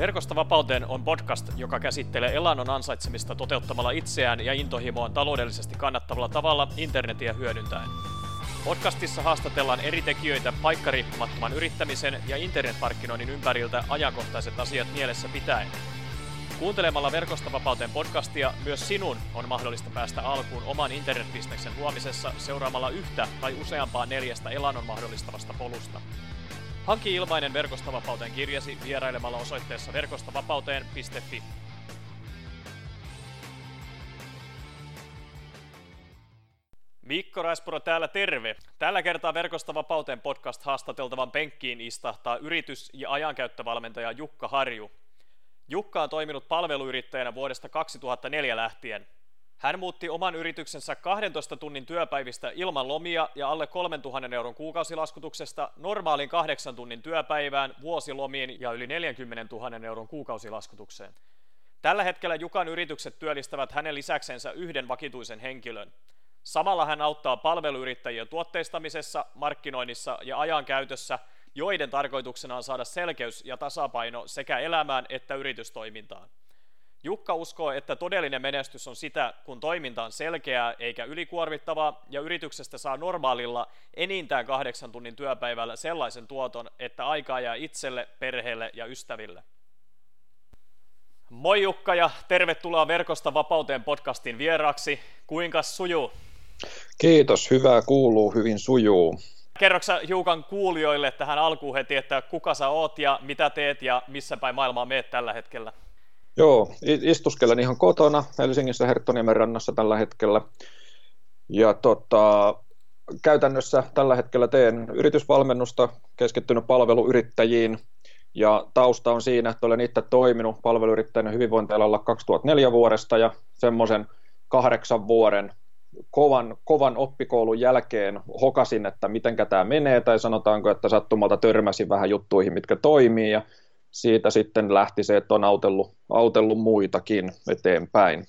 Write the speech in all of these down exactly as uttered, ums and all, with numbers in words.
Verkosta vapauteen on podcast, joka käsittelee elannon ansaitsemista toteuttamalla itseään ja intohimoaan taloudellisesti kannattavalla tavalla internetiä hyödyntäen. Podcastissa haastatellaan eri tekijöitä paikkariippumattoman yrittämisen ja internetmarkkinoinnin ympäriltä ajankohtaiset asiat mielessä pitäen. Kuuntelemalla Verkosta vapauteen podcastia myös sinun on mahdollista päästä alkuun oman internetbisneksen luomisessa seuraamalla yhtä tai useampaa neljästä elannon mahdollistavasta polusta. Hanki ilmainen Verkosta vapauteen kirjasi vierailemalla osoitteessa verkostavapauteen piste fi. Mikko Raispuro täällä, terve! Tällä kertaa Verkosta vapauteen podcast haastateltavan penkkiin istahtaa yritys- ja ajankäyttövalmentaja Jukka Harju. Jukka on toiminut palveluyrittäjänä vuodesta kaksituhattaneljä lähtien. Hän muutti oman yrityksensä kahdentoista tunnin työpäivistä ilman lomia ja alle kolmentuhannen euron kuukausilaskutuksesta normaalin kahdeksan tunnin työpäivään, vuosilomiin ja yli neljänkymmenentuhannen euron kuukausilaskutukseen. Tällä hetkellä Jukan yritykset työllistävät hänen lisäksensä yhden vakituisen henkilön. Samalla hän auttaa palveluyrittäjien tuotteistamisessa, markkinoinnissa ja ajankäytössä, joiden tarkoituksena on saada selkeys ja tasapaino sekä elämään että yritystoimintaan. Jukka uskoo, että todellinen menestys on sitä, kun toiminta on selkeää eikä ylikuormittavaa ja yrityksestä saa normaalilla enintään kahdeksan tunnin työpäivällä sellaisen tuoton, että aikaa jää itselle, perheelle ja ystäville. Moi Jukka ja tervetuloa Verkosta vapauteen podcastin vieraaksi. Kuinka sujuu? Kiitos, hyvää kuuluu, hyvin sujuu. Kerroksä hiukan kuulijoille tähän alkuun heti, että kuka sä oot ja mitä teet ja missä päin maailmaa meet tällä hetkellä? Joo, istuskelen ihan kotona Helsingissä Herttoniemen rannassa tällä hetkellä. Ja tota, käytännössä tällä hetkellä teen yritysvalmennusta, keskittynyt palveluyrittäjiin. Ja tausta on siinä, että olen itse toiminut palveluyrittäjänä hyvinvointialalla kaksituhattaneljä vuodesta ja semmoisen kahdeksan vuoden kovan, kovan oppikoulun jälkeen hokasin, että mitenkä tämä menee, tai sanotaanko, että sattumalta törmäsin vähän juttuihin, mitkä toimii, ja siitä sitten lähti se, että on autellut, autellut muitakin eteenpäin.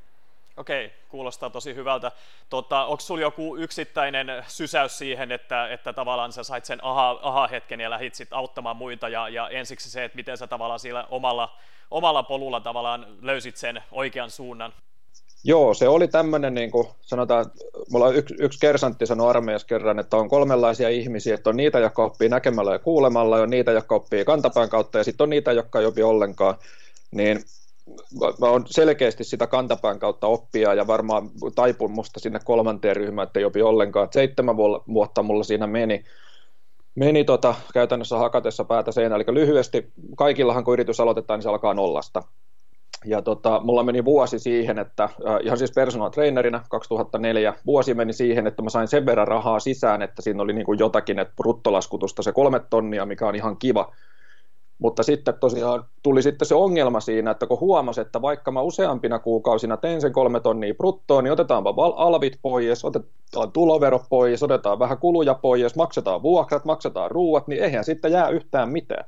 Okei, kuulostaa tosi hyvältä. Tota, onko sinulla joku yksittäinen sysäys siihen, että, että tavallaan sä sait sen aha, aha-hetken ja lähdit sit auttamaan muita, ja, ja ensiksi se, että miten sä tavallaan sillä omalla, omalla polulla tavallaan löysit sen oikean suunnan? Joo, se oli tämmöinen, niin kuin sanotaan, mulla on yksi, yksi kersantti sanoi armeijassa kerran, että on kolmenlaisia ihmisiä, että on niitä, jotka oppii näkemällä ja kuulemalla, ja on niitä, jotka oppii kantapään kautta, ja sitten on niitä, jotka ei opi ollenkaan, niin mä oon selkeästi sitä kantapään kautta oppia, ja varmaan taipun musta sinne kolmanteen ryhmään, että ei opi ollenkaan, että seitsemän vuotta mulla siinä meni, meni tota, käytännössä hakatessa päätä seinään, eli lyhyesti, kaikillahan kun yritys aloitetaan, niin se alkaa nollasta. Ja tota, mulla meni vuosi siihen, että äh, ihan siis personal trainerina kaksituhattaneljä, vuosi meni siihen, että mä sain sen verran rahaa sisään, että siinä oli niin kuin jotakin, että bruttolaskutusta se kolme tonnia, mikä on ihan kiva. Mutta sitten tosiaan tuli sitten se ongelma siinä, että kun huomasi, että vaikka mä useampina kuukausina tein sen kolme tonnia bruttoa, niin otetaanpa alvit pois, otetaan tulovero pois, otetaan vähän kuluja pois, maksetaan vuokrat, maksetaan ruuat, niin eihän sitten jää yhtään mitään.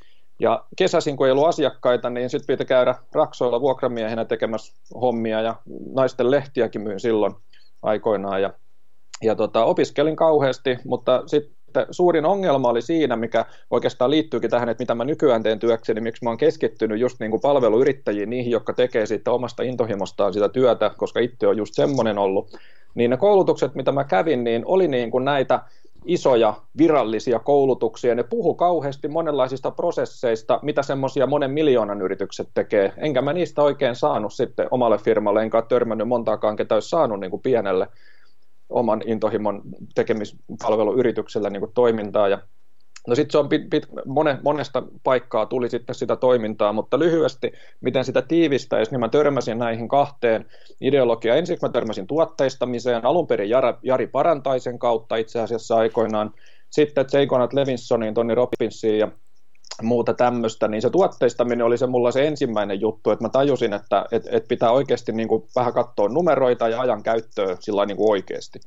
Ja kesäisin, kun ei ollut asiakkaita, niin sitten piti käydä raksoilla vuokramiehenä tekemässä hommia, ja naisten lehtiäkin myin silloin aikoinaan. Ja, ja tota, opiskelin kauheasti, mutta sitten suurin ongelma oli siinä, mikä oikeastaan liittyykin tähän, että mitä mä nykyään teen työkseni, miksi mä oon keskittynyt just niin kuin palveluyrittäjiin, niihin, jotka tekee siitä omasta intohimostaan sitä työtä, koska itse on just semmoinen ollut. Niin ne koulutukset, mitä mä kävin, niin oli niin kuin näitä isoja virallisia koulutuksia, ne puhu kauheasti monenlaisista prosesseista, mitä semmoisia monen miljoonan yritykset tekee, enkä mä niistä oikein saanut sitten omalle firmalle, enkä ole törmännyt montaakaan, ketä olisi saanut niin kuin pienelle oman intohimon tekemispalveluyrityksellä niin kuin toimintaa, ja no sitten se on pit, pit, mone, monesta paikkaa tuli sitten sitä toimintaa, mutta lyhyesti, miten sitä tiivistäisi, niin mä törmäsin näihin kahteen ideologiaan. Ensiksi mä törmäsin tuotteistamiseen, alun perin Jari, Jari Parantaisen kautta itse asiassa aikoinaan, sitten J. Conrad Levissoniin, Tony Robbinsiin ja muuta tämmöistä, niin se tuotteistaminen oli se mulla se ensimmäinen juttu, että mä tajusin, että et, et pitää oikeasti niin kuin vähän katsoa numeroita ja ajan käyttöä sillä niin kuin oikeasti.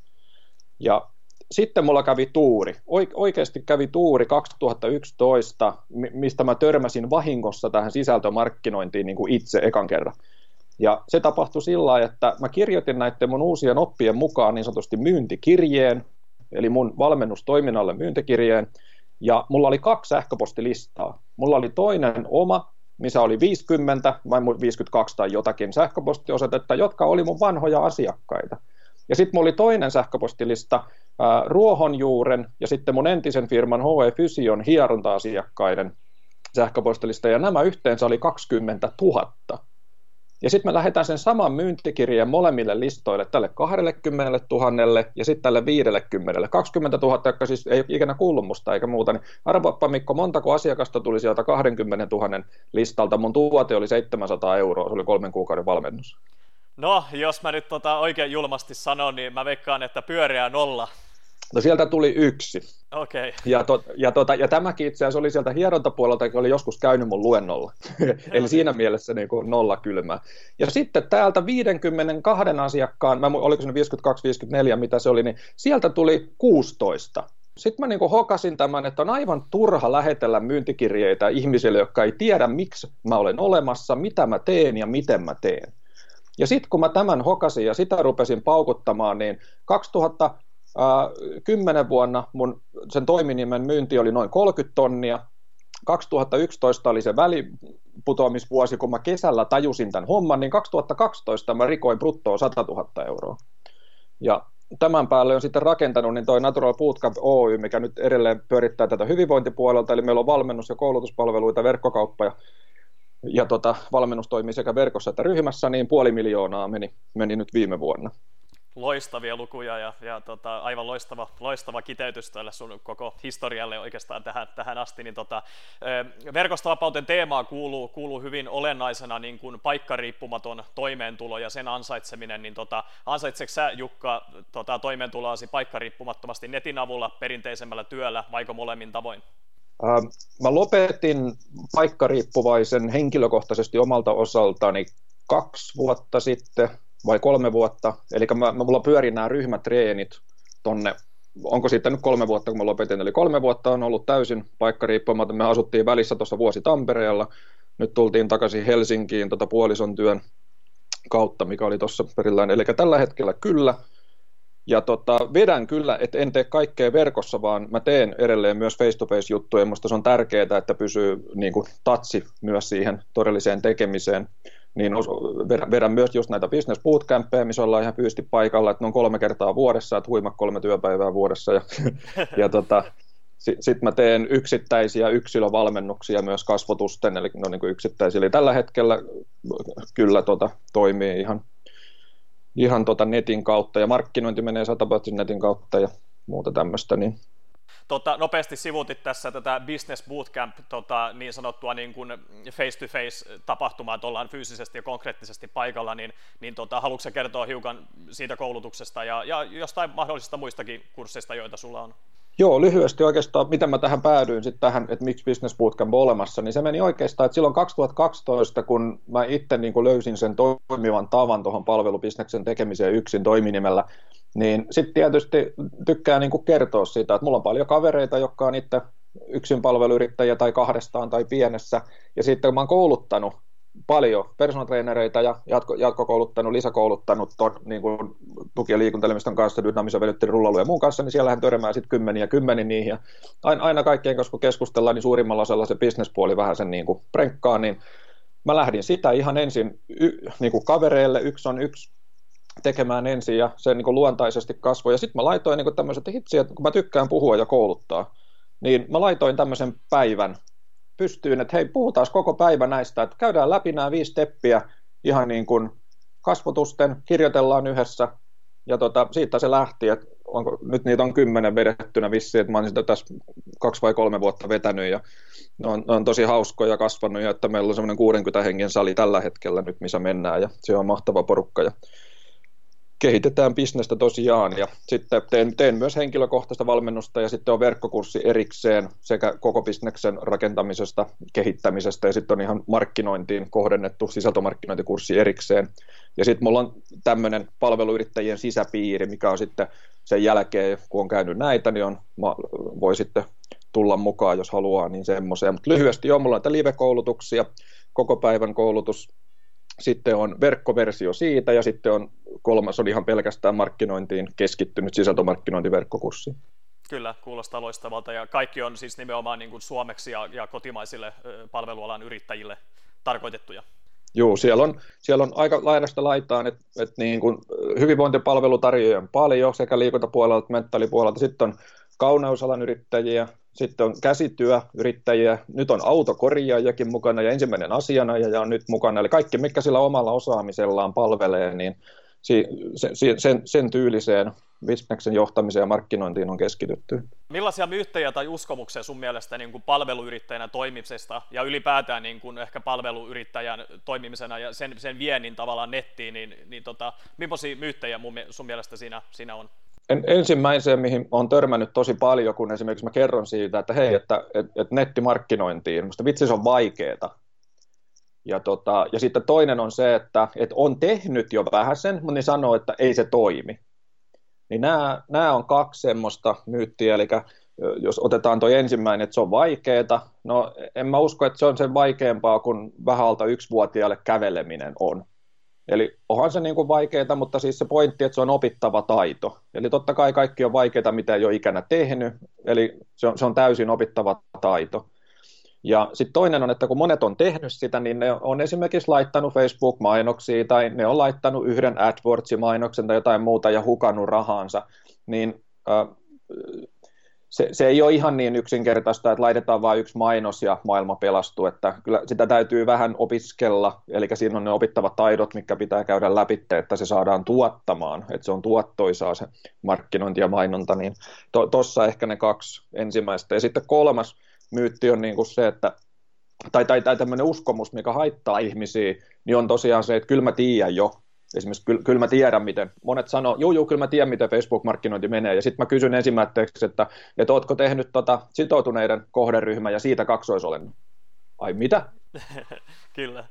Ja sitten mulla kävi tuuri, oikeasti kävi tuuri kaksituhattayksitoista, mistä mä törmäsin vahingossa tähän sisältömarkkinointiin niin kuin itse ekan kerran. Ja se tapahtui sillä lailla, että mä kirjoitin näiden mun uusien oppien mukaan niin sanotusti myyntikirjeen, eli mun valmennustoiminnalle myyntikirjeen, ja mulla oli kaksi sähköpostilistaa. Mulla oli toinen oma, missä oli viisikymmentä vai viisikymmentäkaksi tai jotakin sähköpostiosoitetta, jotka oli mun vanhoja asiakkaita. Ja sitten mulla oli toinen sähköpostilista ää, Ruohonjuuren ja sitten mun entisen firman H E Fysion hieronta-asiakkaiden sähköpostilista, ja nämä yhteensä oli kaksikymmentätuhatta. Ja sitten me lähdetään sen saman myyntikirjeen molemmille listoille, tälle kaksikymmentätuhatta ja sitten tälle viisikymmentä. kaksikymmentätuhatta, jotka siis ei ikinä kuullut musta eikä muuta, niin arvaappa Mikko, montako asiakasta tuli sieltä kaksikymmentätuhatta listalta, mun tuote oli seitsemänsataa euroa, se oli kolmen kuukauden valmennus. No, jos mä nyt tota oikein julmasti sanon, niin mä veikkaan, että pyöreä nolla. No sieltä tuli yksi. Okei. Okay. Ja, to, ja, tota, ja tämäkin itse asiassa oli sieltä hierontapuolelta, joka oli joskus käynyt mun luennolla. Eli siinä mielessä niin kuin nolla kylmää. Ja sitten täältä viisikymmentäkaksi asiakkaan, mä, oliko se viisikymmentäkaksi viisikymmentäneljä, mitä se oli, niin sieltä tuli kuusitoista. Sitten mä niin kuin hokasin tämän, että on aivan turha lähetellä myyntikirjeitä ihmisille, jotka ei tiedä, miksi mä olen olemassa, mitä mä teen ja miten mä teen. Ja sitten kun mä tämän hokasin ja sitä rupesin paukuttamaan, niin kaksituhattakymmenen vuonna mun sen toiminimen myynti oli noin kolmekymmentä tonnia. kaksituhattayksitoista oli se väliputoamisvuosi, kun mä kesällä tajusin tämän homman, niin kaksituhattakaksitoista mä rikoin bruttoa satatuhatta euroa. Ja tämän päälle on sitten rakentanut niin toi Natural Bootcamp Oy, mikä nyt edelleen pyörittää tätä hyvinvointipuolelta, eli meillä on valmennus- ja koulutuspalveluita, verkkokauppa ja Ja tota, valmennus toimii sekä verkossa että ryhmässä, niin puoli miljoonaa meni, meni nyt viime vuonna. Loistavia lukuja ja, ja tota, aivan loistava, loistava kiteytys tälle sun koko historialle oikeastaan tähän, tähän asti. Niin tota, verkostovapauden teemaan kuuluu, kuuluu hyvin olennaisena niin kuin paikkariippumaton toimeentulo ja sen ansaitseminen. Niin tota, ansaitseeko sä, Jukka, tota, toimeentuloasi paikkariippumattomasti netin avulla, perinteisemmällä työllä, vaiko molemmin tavoin? Mä lopetin paikkariippuvaisen henkilökohtaisesti omalta osaltani kaksi vuotta sitten vai kolme vuotta. Eli mä, mulla pyörin nämä ryhmätreenit tonne, onko siitä nyt kolme vuotta kun mä lopetin, eli kolme vuotta on ollut täysin paikkariippumaton. Me asuttiin välissä tuossa vuosi Tampereella, nyt tultiin takaisin Helsinkiin tota puolison työn kautta, mikä oli tuossa perillään. Eli tällä hetkellä kyllä. Ja tota, vedän kyllä, että en tee kaikkea verkossa, vaan mä teen edelleen myös face-to-face-juttuja. Minusta se on tärkeää, että pysyy niin kuin tatsi myös siihen todelliseen tekemiseen. Niin vedän myös just näitä business bootcampeja, missä ollaan ihan fyysisesti paikalla, että ne on kolme kertaa vuodessa, että huima kolme työpäivää vuodessa. Ja, ja tota, sitten sit mä teen yksittäisiä yksilövalmennuksia myös kasvotusten, eli ne on niin kuin yksittäisiä. Eli tällä hetkellä kyllä tota, toimii ihan ihan tota netin kautta, ja markkinointi menee sataprosenttisesti netin kautta ja muuta tämmöistä. Niin. Tota, nopeasti sivuutit tässä tätä Business Bootcamp, tota, niin sanottua niin kuin face-to-face-tapahtumaa, että ollaan fyysisesti ja konkreettisesti paikalla, niin, niin tota, haluatko sä kertoa hiukan siitä koulutuksesta ja, ja jostain mahdollisista muistakin kursseista, joita sulla on? Joo, lyhyesti oikeastaan, miten mä tähän päädyin sitten tähän, että miksi Business Bootcamp on olemassa, niin se meni oikeastaan, että silloin kaksituhattakaksitoista, kun mä itse niin kuin löysin sen toimivan tavan tuohon palvelubisneksen tekemiseen yksin toiminimellä, niin sitten tietysti tykkää niin kuin kertoa sitä, että mulla on paljon kavereita, jotka on itse yksin palveluyrittäjiä tai kahdestaan tai pienessä, ja sitten mä oon kouluttanut paljon personal trainereita ja jatko, jatkokouluttanut, lisäkouluttanut ton, niin kuin tuki- ja liikuntaelimistön kanssa, dynaamisen venyttelyn, rullailu ja muun kanssa, niin siellähän törmää sitten kymmeniä kymmeniä niihin. Ja aina, aina kaikkien kanssa, kun keskustellaan, niin suurimmalla osalla se bisnespuoli vähän sen niin kuin prenkkaa, niin mä lähdin sitä ihan ensin y, niin kuin kavereille, yksi on yksi tekemään ensin, ja se niin kuin luontaisesti kasvoi. Ja sitten mä laitoin niin kuin tämmöiset, että hitsi, että kun mä tykkään puhua ja kouluttaa, niin mä laitoin tämmöisen päivän pystyyn, että hei, puhutaan koko päivä näistä, että käydään läpi nämä viisi steppiä ihan niin kuin kasvotusten, kirjoitellaan yhdessä, ja tota, siitä se lähti, että onko, nyt niitä on kymmenen vedettynä vissiin, että mä oon sitä tässä kaksi vai kolme vuotta vetänyt, ja ne on, ne on tosi hauskoja kasvanut, ja että meillä on semmoinen kuudenkymmenen hengen sali tällä hetkellä nyt, missä mennään, ja se on mahtava porukka, ja kehitetään bisnestä tosiaan, ja sitten teen, teen myös henkilökohtaista valmennusta, ja sitten on verkkokurssi erikseen sekä koko bisneksen rakentamisesta, kehittämisestä, ja sitten on ihan markkinointiin kohdennettu sisältömarkkinointikurssi erikseen. Ja sitten mulla on tämmöinen palveluyrittäjien sisäpiiri, mikä on sitten sen jälkeen, kun on käynyt näitä, niin on, voi sitten tulla mukaan, jos haluaa, niin semmoiseen. Mutta lyhyesti on, mulla on näitä live-koulutuksia, koko päivän koulutus, sitten on verkkoversio siitä, ja sitten on kolmas on ihan pelkästään markkinointiin keskittynyt sisältömarkkinointiverkkokurssi. Kyllä, kuulostaa loistavalta, ja kaikki on siis nimenomaan niin kuin suomeksi ja, ja kotimaisille palvelualan yrittäjille tarkoitettuja. Joo, siellä on, siellä on aika laidasta laitaan, että et niin kuin hyvinvointipalvelutarjoajia on paljon sekä liikuntapuolelta että mentaalipuolelta. Sitten on kauneusalan yrittäjiä, sitten on käsityöyrittäjiä, nyt on autokorjaajakin mukana ja ensimmäinen asianajaja on nyt mukana. Eli kaikki, mikä sillä omalla osaamisellaan palvelee, niin sen, sen, sen tyyliseen bisneksen johtamiseen ja markkinointiin on keskitytty. Millaisia myyttejä tai uskomuksia sun mielestä niin kuin palveluyrittäjänä toimimisesta ja ylipäätään niin kuin ehkä palveluyrittäjän toimimisena ja sen, sen viennin tavallaan nettiin, niin, niin tota, millaisia myyttejä mun, sun mielestä siinä, siinä on? En, ensimmäiseen, mihin olen törmännyt tosi paljon, kun esimerkiksi mä kerron siitä, että hei, että et, et nettimarkkinointiin, musta vitsi se on vaikeeta. Ja, tota, ja sitten toinen on se, että et on tehnyt jo vähäsen, mutta niin sanoo, että ei se toimi. Niin nämä, nämä on kaksi semmoista myyttiä, eli jos otetaan tuo ensimmäinen, että se on vaikeaa, no en mä usko, että se on sen vaikeampaa kuin vähältä yksivuotiaalle käveleminen on. Eli onhan se niin kuin vaikeaa, mutta siis se pointti, että se on opittava taito. Eli totta kai kaikki on vaikeaa, mitä ei ole ikänä tehnyt, eli se on, se on täysin opittava taito. Ja sitten toinen on, että kun monet on tehnyt sitä, niin ne on esimerkiksi laittanut Facebook-mainoksia tai ne on laittanut yhden AdWords-mainoksen tai jotain muuta ja hukannut rahansa, niin äh, se, se ei ole ihan niin yksinkertaista, että laitetaan vain yksi mainos ja maailma pelastuu, että kyllä sitä täytyy vähän opiskella, eli siinä on ne opittavat taidot, mitkä pitää käydä läpi, että se saadaan tuottamaan, että se on tuottoisaa se markkinointi ja mainonta, niin tuossa to, ehkä ne kaksi ensimmäistä. Ja sitten kolmas myytti on niin kuin se, että, tai, tai, tai tämmöinen uskomus, mikä haittaa ihmisiä, niin on tosiaan se, että kyllä mä tiedän jo, esimerkiksi kyllä, kyllä mä tiedän, miten, monet sanoo, juu, juu, kyllä mä tiedän, miten Facebook-markkinointi menee, ja sitten mä kysyn ensimmäiseksi, että, että ootko tehnyt tota sitoutuneiden kohderyhmän ja siitä kaksoisolennut? Ai mitä? Kyllä.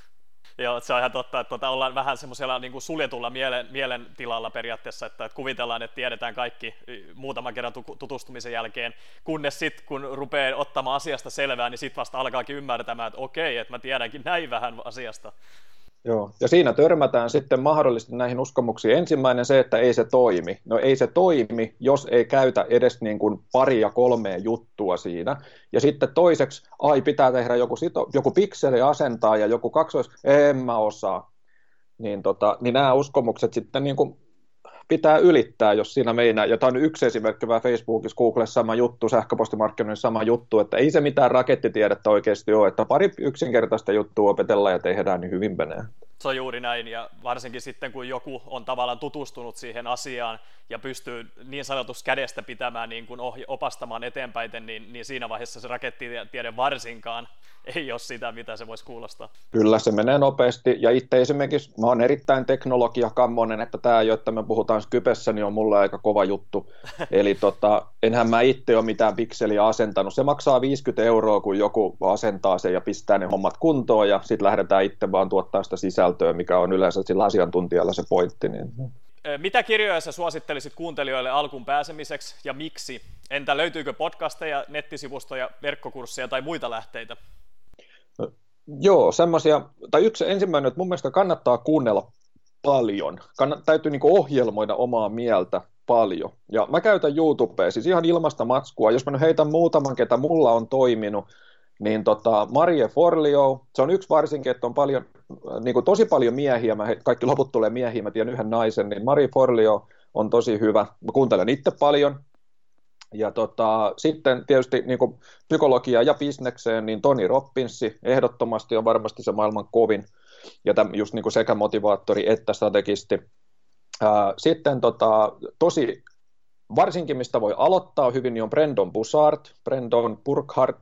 Joo, se on ihan totta, että tuota, ollaan vähän semmoisella niin kuin suljetulla mielen, mielentilalla periaatteessa, että, että kuvitellaan, että tiedetään kaikki muutaman kerran tutustumisen jälkeen, kunnes sitten kun rupeaa ottamaan asiasta selvää, niin sitten vasta alkaakin ymmärtämään, että okei, että mä tiedänkin näin vähän asiasta. Joo, ja siinä törmätään sitten mahdollisesti näihin uskomuksiin. Ensimmäinen se, että ei se toimi. No ei se toimi, jos ei käytä edes niin kuin paria kolmea juttua siinä. Ja sitten toiseksi, ai pitää tehdä joku, sito, joku pikseli asentaa ja joku kaksois, en mä osaa. Niin, tota, niin nämä uskomukset sitten niin kuin pitää ylittää, jos siinä meinaa. Ja tämä on yksi esimerkki vähän Facebookissa, Googlessa sama juttu, sähköpostimarkkinoinnissa sama juttu, että ei se mitään rakettitiedettä oikeasti ole, että pari yksinkertaista juttua opetellaan ja tehdään, niin hyvin menee. Se on juuri näin, ja varsinkin sitten, kun joku on tavallaan tutustunut siihen asiaan ja pystyy niin sanotusti kädestä pitämään, niin kuin ohje, opastamaan eteenpäin, niin, niin siinä vaiheessa se rakettitiede varsinkaan ei ole sitä, mitä se voisi kuulostaa. Kyllä, se menee nopeasti, ja itse esimerkiksi mä oon erittäin teknologiakammonen, että tämä jo, että me puhutaan Skypessä, niin on mulle aika kova juttu. Eli tota, enhän mä itse ole mitään pikseliä asentanut. Se maksaa viisikymmentä euroa, kun joku asentaa sen ja pistää ne hommat kuntoon, ja sitten lähdetään itse vaan tuottaa sitä sisältöä, mikä on yleensä sillä asiantuntijalla se pointti. Niin. Mitä kirjoja sä suosittelisit kuuntelijoille alkuun pääsemiseksi ja miksi? Entä löytyykö podcasteja, nettisivustoja, verkkokursseja tai muita lähteitä? No, joo, semmoisia, tai yksi ensimmäinen, että mun mielestä kannattaa kuunnella paljon. Kannat, täytyy niinku ohjelmoida omaa mieltä paljon. Ja mä käytän YouTubea, siis ihan ilmasta matskua. Jos mä nyt heitän muutaman, ketä mulla on toiminut, niin tota, Marie Forleo, se on yksi varsinkin, että on paljon, niin kuin tosi paljon miehiä, mä, kaikki loput tulee miehiä, mä tiedän yhden naisen, niin Marie Forleo on tosi hyvä. Mä kuuntelen itse paljon. Ja tota, sitten tietysti niin kuin psykologia ja bisnekseen, niin Tony Robbins ehdottomasti on varmasti se maailman kovin, ja täm, just niin kuin sekä motivaattori että strategisti. Ää, sitten tota, tosi, varsinkin mistä voi aloittaa hyvin, niin on Brendon Burchard, Brendon Burchard,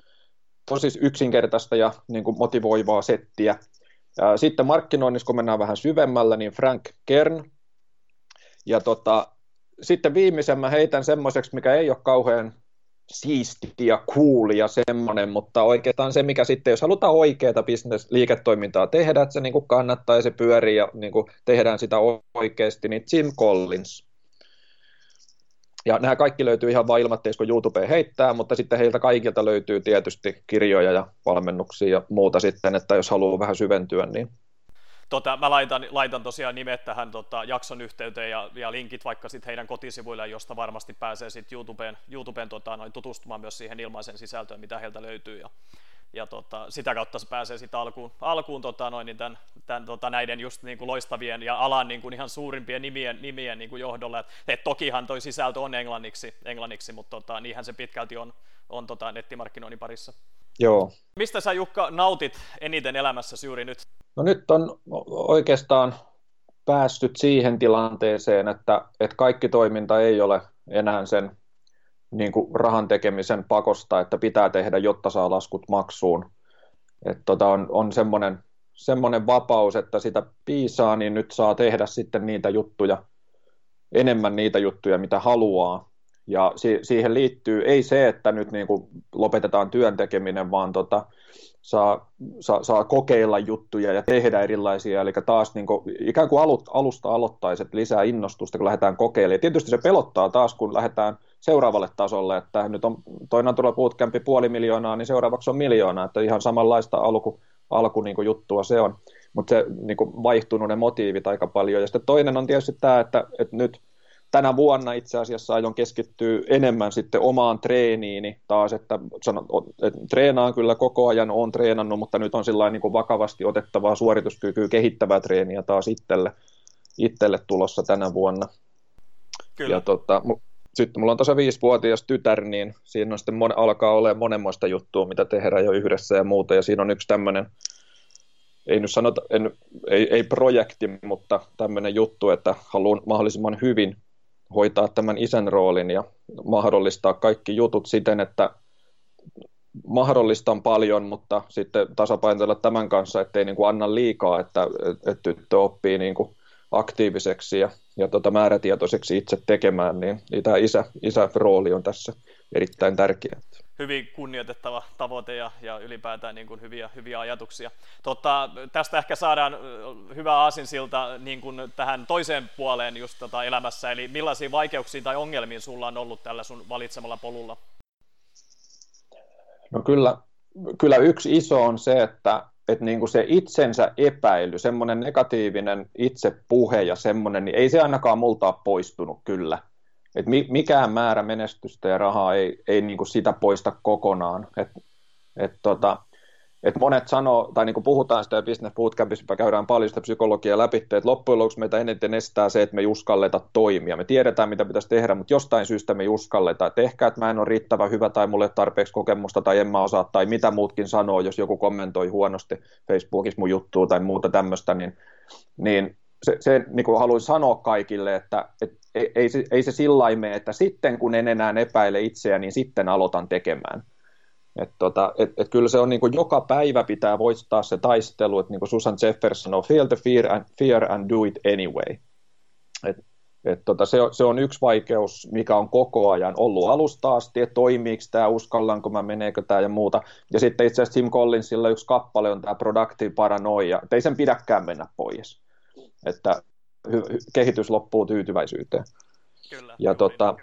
tosi yksinkertaista ja niin kuin motivoivaa settiä. Ää, sitten markkinoinnissa, kun mennään vähän syvemmällä, niin Frank Kern. Ja tota, sitten viimeisen mä heitän semmoiseksi, mikä ei ole kauhean siisti ja cool ja semmoinen, mutta oikeastaan se, mikä sitten, jos halutaan oikeaa business-liiketoimintaa tehdä, että se niin kuin kannattaa ja se pyörii ja niin kuin tehdään sitä oikeasti, niin Jim Collins. Ja nämä kaikki löytyy ihan vain ilmatteeksi, kun YouTubeen heittää, mutta sitten heiltä kaikilta löytyy tietysti kirjoja ja valmennuksia ja muuta sitten, että jos haluaa vähän syventyä, niin Tota, mä laitan, laitan tosiaan nimet tähän tota, jakson yhteyteen ja, ja linkit vaikka sit heidän kotisivuille, josta varmasti pääsee sit YouTubeen, YouTubeen tota, noin, tutustumaan myös siihen ilmaisen sisältöön, mitä heiltä löytyy. Ja, ja tota, sitä kautta se pääsee sitten alkuun, alkuun tota, noin, niin tämän, tämän, tota, näiden just niin kuin loistavien ja alan niin kuin ihan suurimpien nimien, nimien niin kuin johdolla. Et, et tokihan toi sisältö on englanniksi, englanniksi mutta tota, niinhän se pitkälti on, on tota, nettimarkkinoinnin parissa. Joo. Mistä sä, Jukka, nautit eniten elämässäsi juuri nyt? No nyt on oikeastaan päässyt siihen tilanteeseen, että, että kaikki toiminta ei ole enää sen niin kuin rahan tekemisen pakosta, että pitää tehdä, jotta saa laskut maksuun. Että tota on, on semmoinen, semmoinen vapaus, että sitä piisaa, niin nyt saa tehdä sitten niitä juttuja, enemmän niitä juttuja, mitä haluaa. Ja si- siihen liittyy ei se, että nyt niin kuin lopetetaan työn tekeminen, vaan tota, saa, saa, saa kokeilla juttuja ja tehdä erilaisia. Eli taas niin kuin, ikään kuin alut, alusta aloittaisi, että lisää innostusta, kun lähdetään kokeilemaan. Ja tietysti se pelottaa taas, kun lähdetään seuraavalle tasolle, että nyt on toi Natural Bootcamp puoli miljoonaa, niin seuraavaksi on miljoona, että ihan samanlaista alku, alku niin kuin juttua se on. Mutta se niin kuin vaihtunut ne motiivit aika paljon. Ja sitten toinen on tietysti tämä, että, että nyt tänä vuonna itse asiassa aion keskittyä enemmän sitten omaan treeniini taas, että, sanon, että treenaan kyllä koko ajan, olen treenannut, mutta nyt on sillain niin kuin vakavasti otettavaa suorituskykyä kehittävää treeniä taas itselle, itselle tulossa tänä vuonna. Kyllä. Ja tota, sitten mulla on tosiaan viisivuotias tytär, niin siinä on sitten mon, alkaa olemaan monenmoista juttua, mitä tehdään jo yhdessä ja muuta, ja siinä on yksi tämmöinen, ei nyt sanota, en, ei, ei projekti, mutta tämmöinen juttu, että haluan mahdollisimman hyvin hoitaa tämän isän roolin ja mahdollistaa kaikki jutut siten, että mahdollistan paljon, mutta sitten tasapainotella tämän kanssa, ettei niin kuin anna liikaa, että, että tyttö oppii niin kuin aktiiviseksi ja, ja tota määrätietoiseksi itse tekemään, niin tämä isä, isä rooli on tässä erittäin tärkeä. Hyvin kunnioitettava tavoite ja, ja ylipäätään niin kuin hyviä, hyviä ajatuksia. Totta, tästä ehkä saadaan hyvä aasinsilta niin kuin tähän toiseen puoleen just tota elämässä, eli millaisia vaikeuksia tai ongelmia sulla on ollut tällä sun valitsemalla polulla? No kyllä, kyllä yksi iso on se, että, että niin kuin se itsensä epäily, semmoinen negatiivinen itsepuhe ja semmoinen, niin ei se ainakaan multa ole poistunut kyllä. Et mikään määrä menestystä ja rahaa ei, ei niin kuin sitä poista kokonaan. Et, et tota, et monet sanoo, tai niin kuin puhutaan sitä Business Bootcampissa, käydään paljon sitä psykologiaa läpi, että loppujen lopuksi meitä eniten estää se, että me ei uskalleta toimia. Me tiedetään, mitä pitäisi tehdä, mutta jostain syystä me ei uskalleta. Et ehkä, että mä en ole riittävän hyvä tai mulle ei ole tarpeeksi kokemusta tai en mä osaa tai mitä muutkin sanoo, jos joku kommentoi huonosti Facebookissa mun juttua tai muuta tämmöistä, niin, niin se, se niin kuin haluaisin sanoa kaikille, että et, ei, ei, se, ei se sillä lailla mene, että sitten kun en enää epäile itseä, niin sitten aloitan tekemään. Että tota, et, et kyllä se on niin kuin joka päivä pitää voittaa se taistelu, että niin kuin Susan Jeffers sanoo, feel the fear and, fear and do it anyway. Et, et tota, se, on, se on yksi vaikeus, mikä on koko ajan ollut alusta asti, että toimiiko tämä, uskallanko mä, meneekö tämä ja muuta. Ja sitten itse asiassa Tim Collinsilla yksi kappale on tämä productive paranoia, että ei sen pidäkään mennä pois. Että hy- kehitys loppuu tyytyväisyyteen. Kyllä. Ja tota,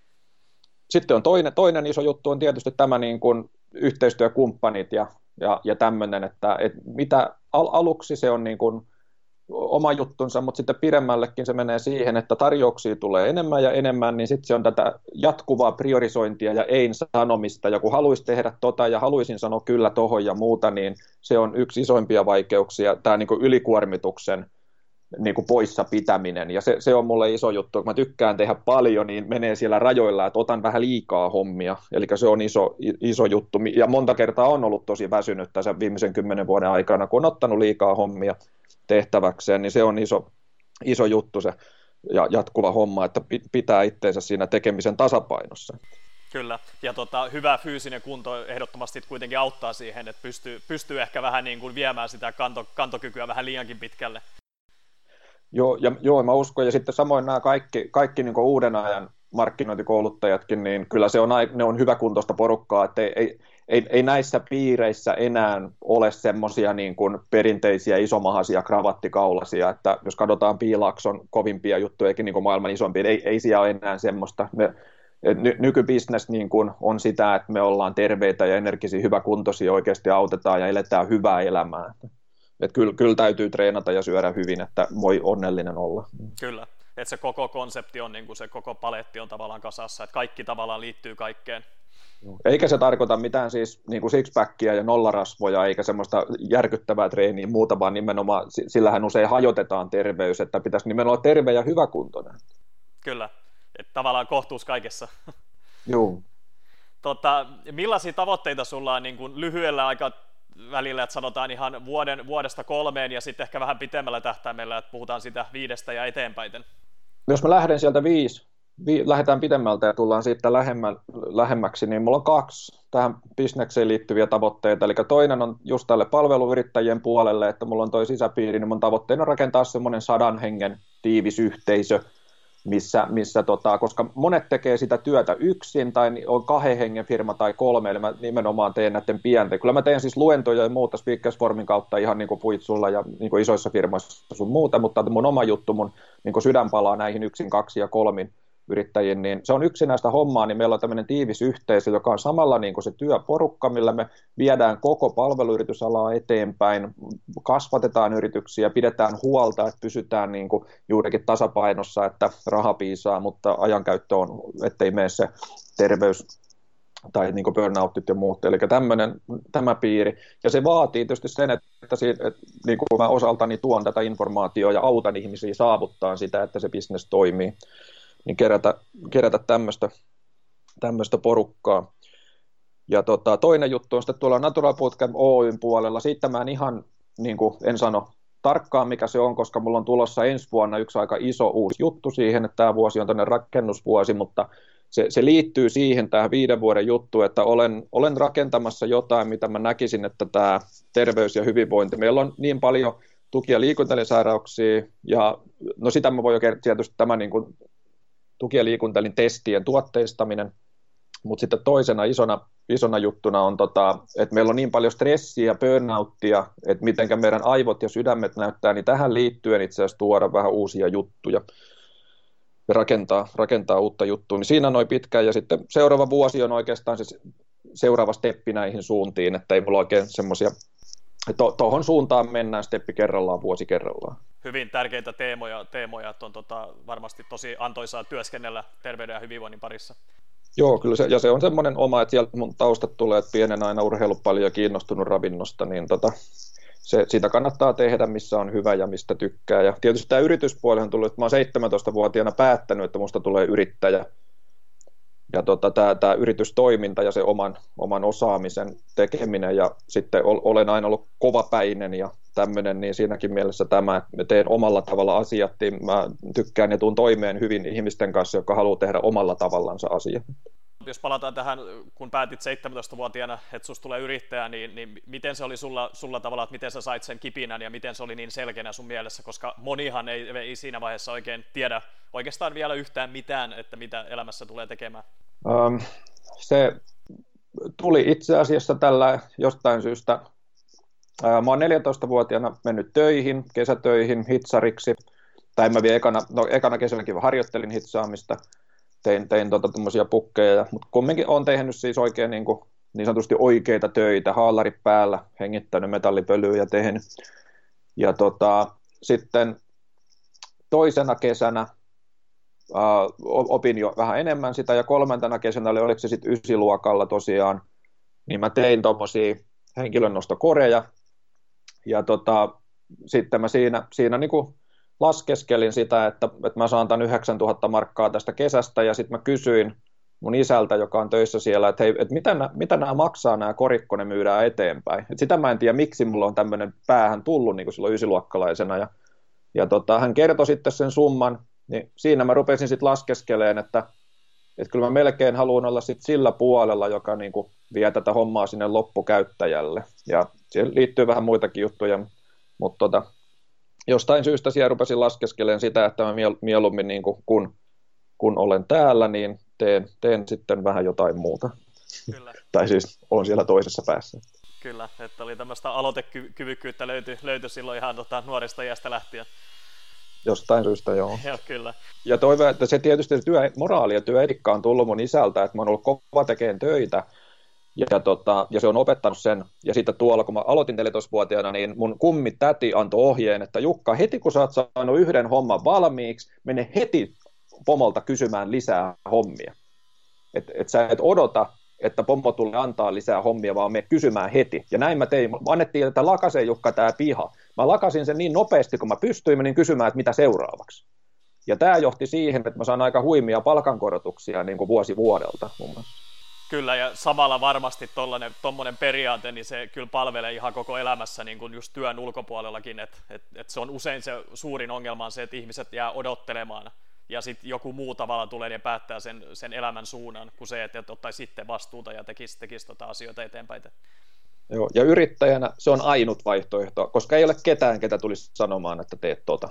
sitten on toinen, toinen iso juttu on tietysti tämä niin kuin yhteistyökumppanit ja, ja, ja tämmöinen, että, että mitä al- aluksi se on niin kuin oma juttunsa, mutta sitten pidemmällekin se menee siihen, että tarjouksia tulee enemmän ja enemmän, niin sitten se on tätä jatkuvaa priorisointia ja ei sanomista, ja kun haluaisi tehdä tota ja haluaisin sanoa kyllä tohon ja muuta, niin se on yksi isoimpia vaikeuksia, tämä niin kuin ylikuormituksen niin kuin poissa pitäminen, ja se, se on mulle iso juttu, kun mä tykkään tehdä paljon, niin menee siellä rajoilla, että otan vähän liikaa hommia, eli se on iso, iso juttu, ja monta kertaa on ollut tosi väsynyt tässä viimeisen kymmenen vuoden aikana, kun on ottanut liikaa hommia tehtäväkseen, niin se on iso, iso juttu se ja jatkuva homma, että pitää itteensä siinä tekemisen tasapainossa. Kyllä, ja tota, hyvä fyysinen kunto ehdottomasti kuitenkin auttaa siihen, että pystyy, pystyy ehkä vähän niin kuin viemään sitä kanto, kantokykyä vähän liiankin pitkälle. Joo, ja, joo, mä uskon, ja sitten samoin nämä kaikki, kaikki niin kuin uuden ajan markkinointikouluttajatkin, niin kyllä se on, ne on hyväkuntoista porukkaa, että ei, ei, ei, ei näissä piireissä enää ole semmoisia niin kuin perinteisiä isomahaisia kravattikaulasia, että jos katsotaan Piilakson kovimpia juttuja, eikä niin kuin maailman isompia, ei, ei siellä ole enää semmoista. Me, ny, nykybisnes niin kuin on sitä, että me ollaan terveitä ja energisiä, hyväkuntoisia, oikeasti autetaan ja eletään hyvää elämää. Että kyllä, kyllä täytyy treenata ja syödä hyvin, että voi onnellinen olla. Kyllä. että se koko konsepti on, niin kuin se koko paletti on tavallaan kasassa, että kaikki tavallaan liittyy kaikkeen. Eikä se tarkoita mitään siis niin kuin sixpackia ja nollarasvoja, eikä semmoista järkyttävää treeniä muuta, vaan nimenomaan sillähän usein hajotetaan terveys, että pitäisi nimenomaan olla terve ja hyväkuntoinen. Kyllä, että tavallaan kohtuus kaikessa. Joo. Tota, millaisia tavoitteita sulla on niin kuin lyhyellä aikavälillä, että sanotaan ihan vuoden, vuodesta kolmeen ja sitten ehkä vähän pitemmällä tähtäimellä, että puhutaan sitä viidestä ja eteenpäin? Jos mä lähden sieltä viisi, vi, lähdetään pidemmältä ja tullaan siitä lähemmä, lähemmäksi, niin mulla on kaksi tähän bisnekseen liittyviä tavoitteita. Eli toinen on just tälle palveluyrittäjien puolelle, että mulla on toi sisäpiiri, niin mun tavoitteena on rakentaa semmoinen sadan hengen tiivis yhteisö, missä, missä tota, koska monet tekee sitä työtä yksin tai on kahden hengen firma tai kolme, eli mä nimenomaan teen näiden pienten. Kyllä mä teen siis luentoja ja muuta Speakersformin kautta ihan niin kuin Puitsulla ja niin kuin isoissa firmoissa sun muuta, mutta mun oma juttu, mun niin kuin sydän palaa näihin yksin, kaksi ja kolmin yrittäjiin, niin se on yksinäistä hommaa, niin meillä on tämmöinen tiivis yhteisö, joka on samalla niin kuin se työporukka, millä me viedään koko palveluyritysalaa eteenpäin, kasvatetaan yrityksiä, pidetään huolta, että pysytään niin kuin juurikin tasapainossa, että raha piisaa, mutta ajankäyttö on, ettei mene se terveys tai niin kuin burnoutit ja muut, eli tämmöinen, tämä piiri. Ja se vaatii tietysti sen, että, siitä, että niin kuin mä osaltani tuon tätä informaatiota ja autan ihmisiä saavuttaa sitä, että se business toimii. Niin kerätä, kerätä tämmöistä, tämmöistä porukkaa. Ja tota, toinen juttu on sitten tuolla Natural Bootcamp Oyn puolella. Siitä mä en ihan, niin kuin en sano tarkkaan mikä se on, koska mulla on tulossa ensi vuonna yksi aika iso uusi juttu siihen, että tämä vuosi on tämmöinen rakennusvuosi, mutta se, se liittyy siihen tähän viiden vuoden juttu, että olen, olen rakentamassa jotain, mitä mä näkisin, että tämä terveys ja hyvinvointi, meillä on niin paljon tuki- ja liikuntaelinsairauksia, ja no sitä mä voin jo tietysti tämä niin kuin tuki- ja liikuntaelin testien tuotteistaminen, mutta sitten toisena isona, isona juttuna on, tota, että meillä on niin paljon stressiä ja burnouttia, että miten meidän aivot ja sydämet näyttää, niin tähän liittyen itse asiassa tuoda vähän uusia juttuja ja rakentaa, rakentaa uutta juttua. Niin siinä noin pitkään, ja sitten seuraava vuosi on oikeastaan se seuraava steppi näihin suuntiin, että ei mulla oikein semmoisia, tuohon to, suuntaan mennään steppi kerrallaan, vuosi kerrallaan. Hyvin tärkeitä teemoja, teemoja että on tota, varmasti tosi antoisaa työskennellä terveyden ja hyvinvoinnin parissa. Joo, kyllä se, ja se on semmoinen oma, että sieltä mun taustat tulee, että pienen aina urheilut paljon ja kiinnostunut ravinnosta, niin tota, se, sitä kannattaa tehdä, missä on hyvä ja mistä tykkää. Ja tietysti tämä yrityspuoli on tullut, että mä oon seitsemäntoistavuotiaana päättänyt, että musta tulee yrittäjä. Ja tota, tämä, tämä yritystoiminta ja se oman, oman osaamisen tekeminen, ja sitten olen aina ollut kovapäinen ja tämmöinen, niin siinäkin mielessä tämä, että mä teen omalla tavalla asiat, niin mä tykkään ja tuun toimeen hyvin ihmisten kanssa, jotka haluaa tehdä omalla tavallansa asiat. Jos palataan tähän, kun päätit seitsemäntoistavuotiaana, että susta tulee yrittäjä, niin, niin miten se oli sulla, sulla tavalla, että miten sä sait sen kipinän ja miten se oli niin selkeänä sun mielessä, koska monihan ei, ei siinä vaiheessa oikein tiedä oikeastaan vielä yhtään mitään, että mitä elämässä tulee tekemään. Um, se tuli itse asiassa tällä jostain syystä. Mä oon neljätoistavuotiaana mennyt töihin, kesätöihin, hitsariksi, tai mä vielä ekana, no ekana kesänäkin harjoittelin hitsaamista, tein, tein tota tommosia pukkeja, mutta kumminkin oon tehnyt siis oikein niin, kuin, niin sanotusti oikeita töitä, haalarit päällä, hengittänyt metallipölyä ja tehnyt. Ja tota, sitten toisena kesänä Uh, opin jo vähän enemmän sitä, ja kolmantena kesänä oli, oliko se sitten ysiluokalla tosiaan, niin mä tein tommosia henkilönnostokoreja, ja tota, sitten mä siinä, siinä niinku laskeskelin sitä, että, että mä saan tämän yhdeksäntuhatta markkaa tästä kesästä, ja sitten mä kysyin mun isältä, joka on töissä siellä, että hei, että mitä, nää, mitä nämä maksaa, nämä korit, kun ne myydään eteenpäin. Et sitä mä en tiedä, miksi mulla on tämmöinen päähän tullut niin kuin silloin ysiluokkalaisena, ja, ja tota, hän kertoi sitten sen summan. Niin siinä mä rupesin sitten laskeskeleen, että, että kyllä mä melkein haluan olla sit sillä puolella, joka niinku vie tätä hommaa sinne loppukäyttäjälle. Ja siihen liittyy vähän muitakin juttuja, mutta tota, jostain syystä siellä rupesin laskeskelemaan sitä, että mä mieluummin niinku, kun, kun olen täällä, niin teen, teen sitten vähän jotain muuta. Kyllä. Tai siis olen siellä toisessa päässä. Kyllä, että oli tämmöistä aloitekyvykkyyttä löytyi, löytyi silloin ihan tota, nuoresta iästä lähtien. Jostain syystä, joo. Joo, kyllä. Ja toive, että se tietysti se työ, moraali ja työetikka on tullut mun isältä, että mä oon ollut kova tekemään töitä, Ja, ja, tota, ja se on opettanut sen. Ja sitten tuolla, kun mä aloitin neljätoistavuotiaana, niin mun kummi täti antoi ohjeen, että Jukka, heti kun sä oot saanut yhden homman valmiiksi, mene heti pomolta kysymään lisää hommia. Että et sä et odota, että pomo tulee antaa lisää hommia, vaan me kysymään heti. Ja näin mä tein. Mä annettiin, että lakase Jukka tää piha. Mä lakasin sen niin nopeasti, kun mä pystyin, menin kysymään, että mitä seuraavaksi. Ja tämä johti siihen, että mä saan aika huimia palkankorotuksia niin kuin vuosi vuodelta muun muassa. Kyllä, ja samalla varmasti tuommoinen periaate, niin se kyllä palvelee ihan koko elämässä niin kuin just työn ulkopuolellakin, että et, et se on usein se suurin ongelma on se, että ihmiset jää odottelemaan, ja sitten joku muu tavalla tulee ja päättää sen, sen elämän suunnan, kuin se, että ottaisi sitten vastuuta ja tekisi, tekisi tota asioita eteenpäin. Joo, ja yrittäjänä se on ainut vaihtoehto, koska ei ole ketään, ketä tulisi sanomaan, että teet tota.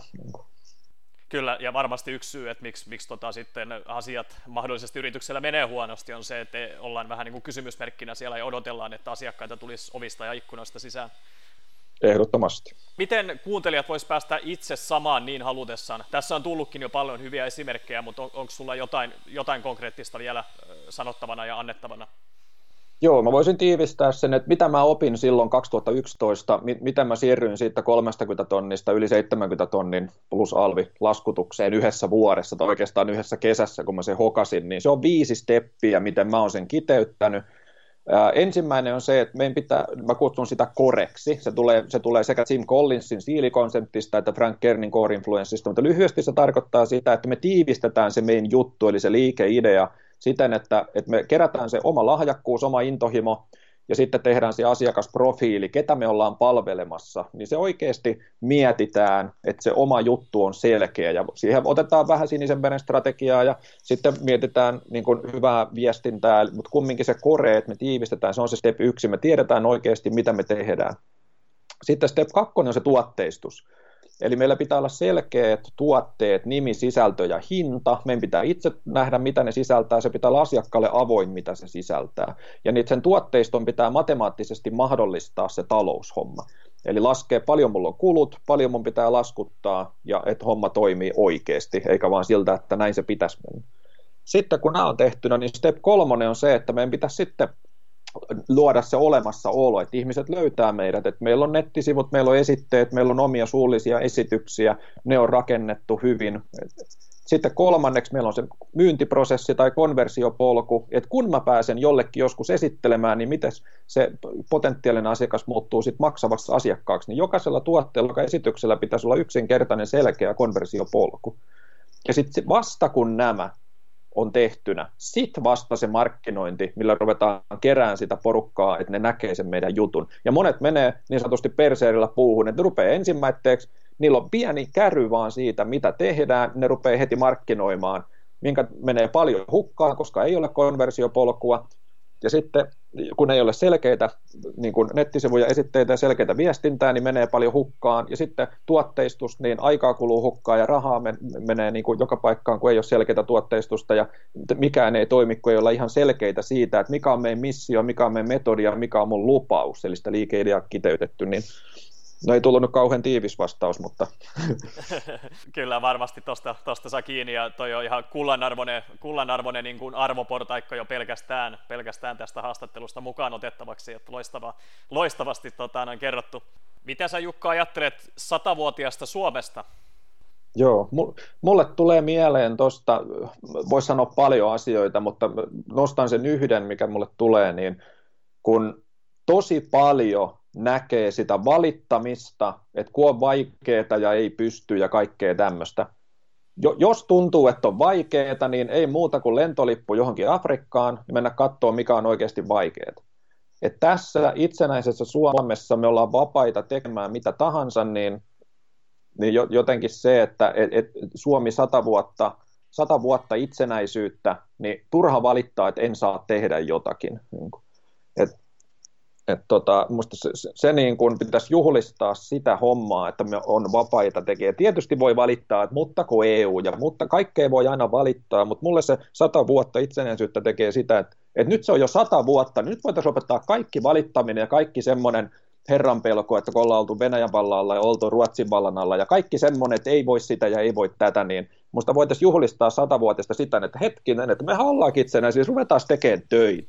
Kyllä, ja varmasti yksi syy, että miksi, miksi tota sitten asiat mahdollisesti yrityksellä menee huonosti, on se, että ollaan vähän niin kuin kysymysmerkkinä siellä ja odotellaan, että asiakkaita tulisi ovista ja ikkunoista sisään. Ehdottomasti. Miten kuuntelijat vois päästä itse samaan niin halutessaan? Tässä on tullutkin jo paljon hyviä esimerkkejä, mutta on, onko sulla jotain, jotain konkreettista vielä sanottavana ja annettavana? Joo, mä voisin tiivistää sen, että mitä mä opin silloin kaksituhattayksitoista, miten mä siirryin siitä kolmekymmentä tonnista yli seitsemänkymmentä tonnin plus alvi laskutukseen yhdessä vuodessa, tai oikeastaan yhdessä kesässä, kun mä sen hokasin, niin se on viisi steppiä, miten mä oon sen kiteyttänyt. Ää, ensimmäinen on se, että meidän pitää, mä kutsun sitä koreksi, se tulee, se tulee sekä Jim Collinsin siilikonseptista että Frank Kernin core influenceista, mutta lyhyesti se tarkoittaa sitä, että me tiivistetään se meidän juttu, eli se liikeidea, siten, että, että me kerätään se oma lahjakkuus, oma intohimo, ja sitten tehdään se asiakasprofiili, ketä me ollaan palvelemassa, niin se oikeasti mietitään, että se oma juttu on selkeä, ja siihen otetaan vähän sinisen meren strategiaa, ja sitten mietitään niin kuin hyvää viestintää, mutta kumminkin se core, että me tiivistetään, se on se step yksi, me tiedetään oikeasti, mitä me tehdään. Sitten step kakkonen on se tuotteistus. Eli meillä pitää olla selkeät tuotteet, nimi, sisältö ja hinta. Meidän pitää itse nähdä, mitä ne sisältää. Se pitää olla asiakkaalle avoin, mitä se sisältää. Ja niitä sen tuotteiston pitää matemaattisesti mahdollistaa se taloushomma. Eli laskee, paljon mulla on kulut, paljon mun pitää laskuttaa, ja että homma toimii oikeasti, eikä vaan siltä, että näin se pitäisi mennä. Sitten kun nämä on tehtynä, niin step kolmonen on se, että meidän pitäisi sitten luoda se olemassaolo, että ihmiset löytää meidät, että meillä on nettisivut, meillä on esitteet, meillä on omia suullisia esityksiä, ne on rakennettu hyvin. Sitten kolmanneksi meillä on se myyntiprosessi tai konversiopolku, että kun mä pääsen jollekin joskus esittelemään, niin miten se potentiaalinen asiakas muuttuu sitten maksavaksi asiakkaaksi, niin jokaisella tuotteella, joka esityksellä pitäisi olla yksinkertainen selkeä konversiopolku. Ja sitten vasta kun nämä on tehtynä. Sitten vasta se markkinointi, millä ruvetaan kerään sitä porukkaa, että ne näkee sen meidän jutun. Ja monet menee niin sanotusti perseerillä puuhun, että ne rupeaa ensimmäiseksi, niillä on pieni käry vaan siitä, mitä tehdään, ne rupeaa heti markkinoimaan, minkä menee paljon hukkaan, koska ei ole konversiopolkua. Ja sitten kun ei ole selkeitä niin kuin nettisivuja, esitteitä ja selkeitä viestintää, niin menee paljon hukkaan. Ja sitten tuotteistus, niin aikaa kuluu hukkaan ja rahaa menee niin kuin joka paikkaan, kun ei ole selkeitä tuotteistusta. Ja mikään ei toimi, kun ei olla ihan selkeitä siitä, että mikä on meidän missio, mikä on meidän metodia, mikä on mun lupaus, eli sitä liikeideaa kiteytetty. Niin no ei tullut nyt kauhean tiivis vastaus, mutta kyllä varmasti tuosta tosta saa kiinni, ja toi on ihan kullanarvoinen, kullanarvoinen niin kuin arvoportaikko jo pelkästään, pelkästään tästä haastattelusta mukaan otettavaksi, että loistava, loistavasti tota, noin kerrottu. Mitä sä Jukka ajattelet satavuotiaasta Suomesta? Joo, mulle tulee mieleen tuosta, voisi sanoa paljon asioita, mutta nostan sen yhden, mikä mulle tulee, niin kun tosi paljon näkee sitä valittamista, että kun on vaikeaa ja ei pysty ja kaikkea tämmöistä. Jos tuntuu, että on vaikeaa, niin ei muuta kuin lentolippu johonkin Afrikkaan ja mennä katsoa, mikä on oikeasti vaikeaa. Et tässä itsenäisessä Suomessa me ollaan vapaita tekemään mitä tahansa, niin, niin jotenkin se, että et, et Suomi sata vuotta, sata vuotta itsenäisyyttä, niin turha valittaa, että en saa tehdä jotakin. Et, Että tota, musta se, se, se niin kuin pitäisi juhlistaa sitä hommaa, että me on vapaita tekijä. Tietysti voi valittaa, että muttako E U, ja mutta kaikkea voi aina valittaa, mutta mulle se sata vuotta itsenäisyyttä tekee sitä, että, että nyt se on jo sata vuotta, nyt voitaisiin opettaa kaikki valittaminen ja kaikki semmoinen herranpelko, että kun ollaan oltu Venäjän vallalla ja oltu Ruotsin vallan alla ja kaikki semmoinen, että ei voi sitä ja ei voi tätä, niin musta voitaisiin juhlistaa satavuotista sitä, että hetkinen, että mehän ollaankin itsenäisiä, siis ruvetaan tekemään töitä.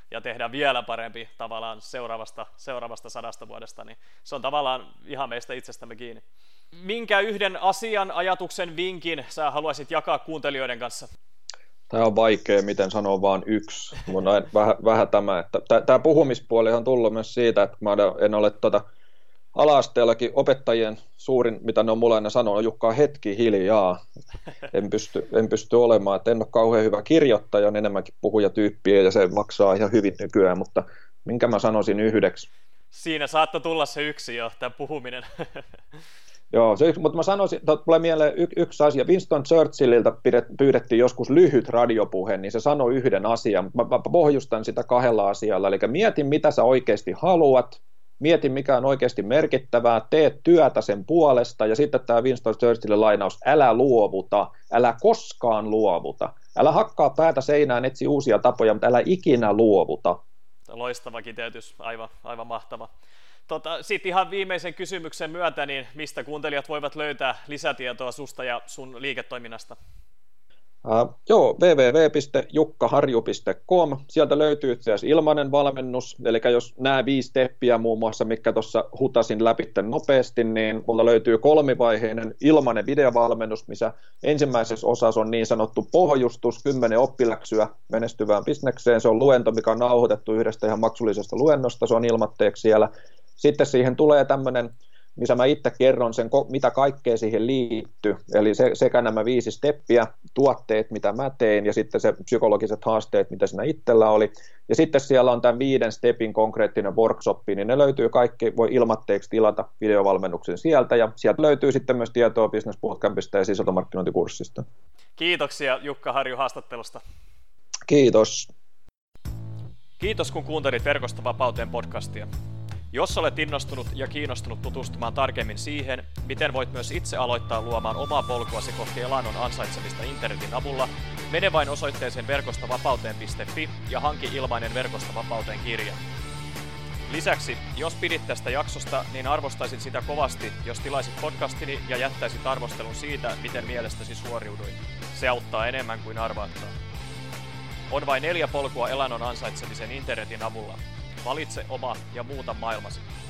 ja tehdään vielä parempi tavallaan seuraavasta, seuraavasta sadasta vuodesta, niin se on tavallaan ihan meistä itsestämme kiinni. Minkä yhden asian, ajatuksen, vinkin sä haluaisit jakaa kuuntelijoiden kanssa? Tämä on vaikea, miten sanoa vaan yksi. Mun on vähän, vähän tämä, että tämä puhumispuoli on tullut myös siitä, että mä en ole tuota ala-asteellakin opettajien suurin, mitä ne on mulle aina sanonut, Jukka on hetki hiljaa. En pysty, en pysty olemaan, että en ole kauhean hyvä kirjoittaja, on enemmänkin puhujatyyppiä ja se maksaa ihan hyvin nykyään, mutta minkä mä sanoisin yhdeksi? Siinä saattoi tulla se yksi jo, tämä puhuminen. Joo, se, mutta mä sanoisin, että tulee mieleen y- yksi asia. Winston Churchillilta pyydettiin joskus lyhyt radiopuhe, niin se sanoi yhden asian. Mä, mä pohjustan sitä kahdella asialla, eli mieti mitä sä oikeasti haluat, mieti mikä on oikeasti merkittävää, tee työtä sen puolesta, ja sitten tämä Winston Churchillin lainaus, älä luovuta, älä koskaan luovuta, älä hakkaa päätä seinään, etsi uusia tapoja, mutta älä ikinä luovuta. Loistava kiteytys, aivan, aivan mahtava. Tota, sitten ihan viimeisen kysymyksen myötä, niin mistä kuuntelijat voivat löytää lisätietoa susta ja sun liiketoiminnasta? Uh, joo, double-u double-u double-u piste jukkaharju piste com. Sieltä löytyy itse asiassa ilmainen valmennus, eli jos nämä viisi steppiä muun muassa, mitkä tuossa hutasin läpi nopeasti, niin mulla löytyy kolmivaiheinen ilmainen videovalmennus, missä ensimmäisessä osassa on niin sanottu pohjustus, kymmenen oppiläksyä menestyvään bisnekseen. Se on luento, mikä on nauhoitettu yhdestä ihan maksullisesta luennosta, se on ilmatteeksi siellä. Sitten siihen tulee tämmöinen, missä mä itse kerron sen, mitä kaikkea siihen liittyy, eli se, sekä nämä viisi steppiä, tuotteet, mitä mä tein, ja sitten se psykologiset haasteet, mitä siinä itsellä oli. Ja sitten siellä on tämän viiden stepin konkreettinen workshoppi, niin ne löytyy kaikki, voi ilmatteeksi tilata videovalmennuksen sieltä, ja sieltä löytyy sitten myös tietoa Business Bootcampista ja sisältömarkkinointikurssista. Kiitoksia Jukka Harju haastattelusta. Kiitos. Kiitos kun kuuntelit Verkostovapauteen podcastia. Jos olet innostunut ja kiinnostunut tutustumaan tarkemmin siihen, miten voit myös itse aloittaa luomaan omaa polkuasi kohti elannon ansaitsemista internetin avulla, mene vain osoitteeseen verkostovapauteen piste fi ja hanki ilmainen Verkostovapauteen kirja. Lisäksi, jos pidit tästä jaksosta, niin arvostaisin sitä kovasti, jos tilaisit podcastini ja jättäisit arvostelun siitä, miten mielestäsi suoriuduin. Se auttaa enemmän kuin arvaatkaan. On vain neljä polkua elannon ansaitsemisen internetin avulla. Valitse oma ja muuta maailmasi.